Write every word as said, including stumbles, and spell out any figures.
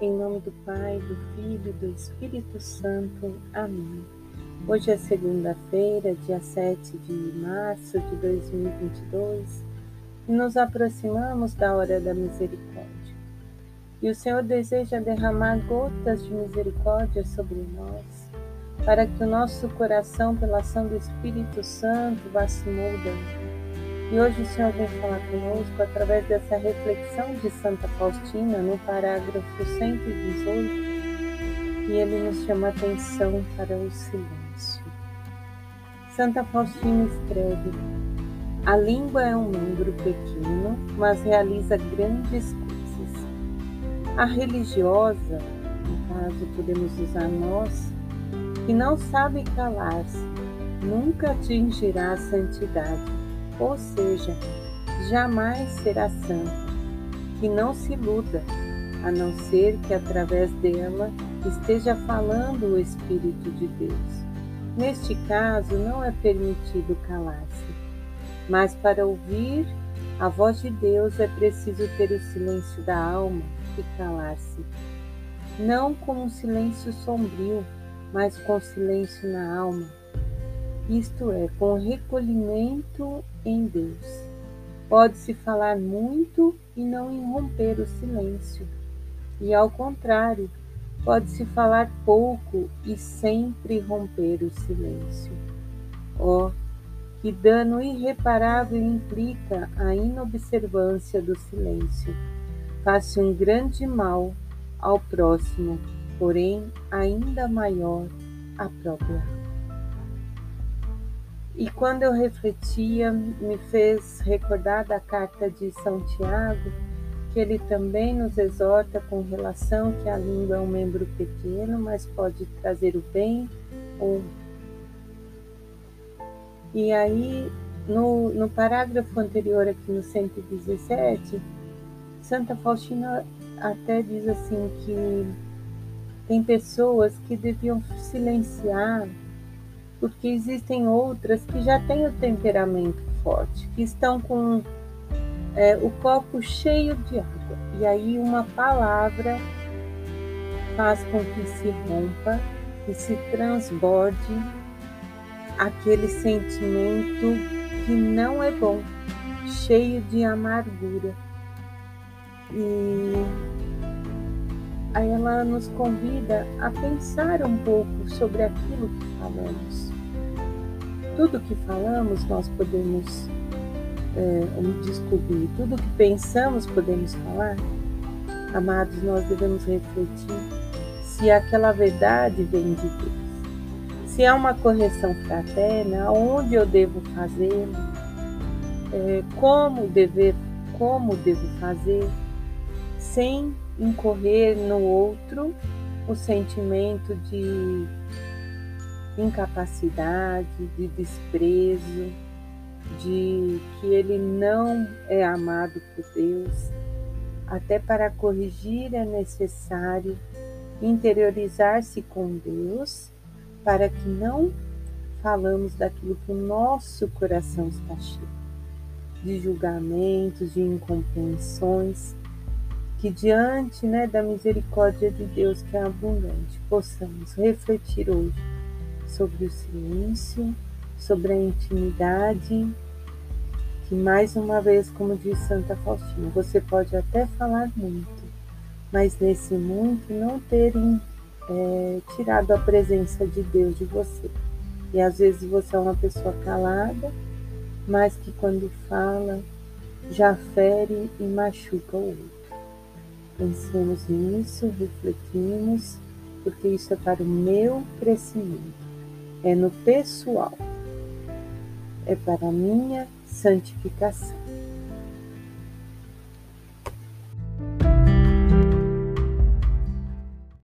Em nome do Pai, do Filho e do Espírito Santo. Amém. Hoje é segunda-feira, dia sete de março de dois mil e vinte e dois, e nos aproximamos da hora da misericórdia. E o Senhor deseja derramar gotas de misericórdia sobre nós, para que o nosso coração, pela ação do Espírito Santo, vá se moldando. E hoje o Senhor vem falar conosco através dessa reflexão de Santa Faustina, no parágrafo cento e dezoito, e ele nos chama a atenção para o silêncio. Santa Faustina escreve: a língua é um membro pequeno, mas realiza grandes coisas. A religiosa, no caso podemos usar nós, que não sabe calar-se, nunca atingirá a santidade, ou seja, jamais será santa. Que não se iluda, a não ser que através dela esteja falando o Espírito de Deus. Neste caso, não é permitido calar-se, mas para ouvir a voz de Deus é preciso ter o silêncio da alma e calar-se. Não com um silêncio sombrio, mas com silêncio na alma. Isto é, com recolhimento em Deus. Pode-se falar muito e não irromper o silêncio. E ao contrário, pode-se falar pouco e sempre romper o silêncio. Oh, que dano irreparável implica a inobservância do silêncio. Faz-se um grande mal ao próximo, porém ainda maior à própria alma. E quando eu refletia, me fez recordar da carta de São Tiago, que ele também nos exorta com relação que a língua é um membro pequeno, mas pode trazer o bem ou o mal. E aí, no, no parágrafo anterior, aqui no cento e dezessete, Santa Faustina até diz assim que tem pessoas que deviam silenciar, porque existem outras que já têm o temperamento forte, que estão com é, o copo cheio de água. E aí uma palavra faz com que se rompa e se transborde aquele sentimento que não é bom, cheio de amargura. E aí ela nos convida a pensar um pouco sobre aquilo que falamos. Tudo que falamos nós podemos é, descobrir, tudo que pensamos podemos falar. Amados, nós devemos refletir se aquela verdade vem de Deus. Se há uma correção fraterna, onde eu devo fazê-lo, é, como, dever, como devo fazer, sem incorrer no outro o sentimento de incapacidade, de desprezo, de que ele não é amado por Deus. Até para corrigir é necessário interiorizar-se com Deus, para que não falamos daquilo que o nosso coração está cheio, de julgamentos, de incompreensões, que diante né, da misericórdia de Deus, que é abundante, possamos refletir hoje sobre o silêncio, sobre a intimidade, que mais uma vez, como diz Santa Faustina, você pode até falar muito, mas nesse muito não terem é, tirado a presença de Deus de você. E às vezes você é uma pessoa calada, mas que quando fala já fere e machuca o outro. Pensemos nisso, refletimos, porque isso é para o meu crescimento, é no pessoal, é para a minha santificação.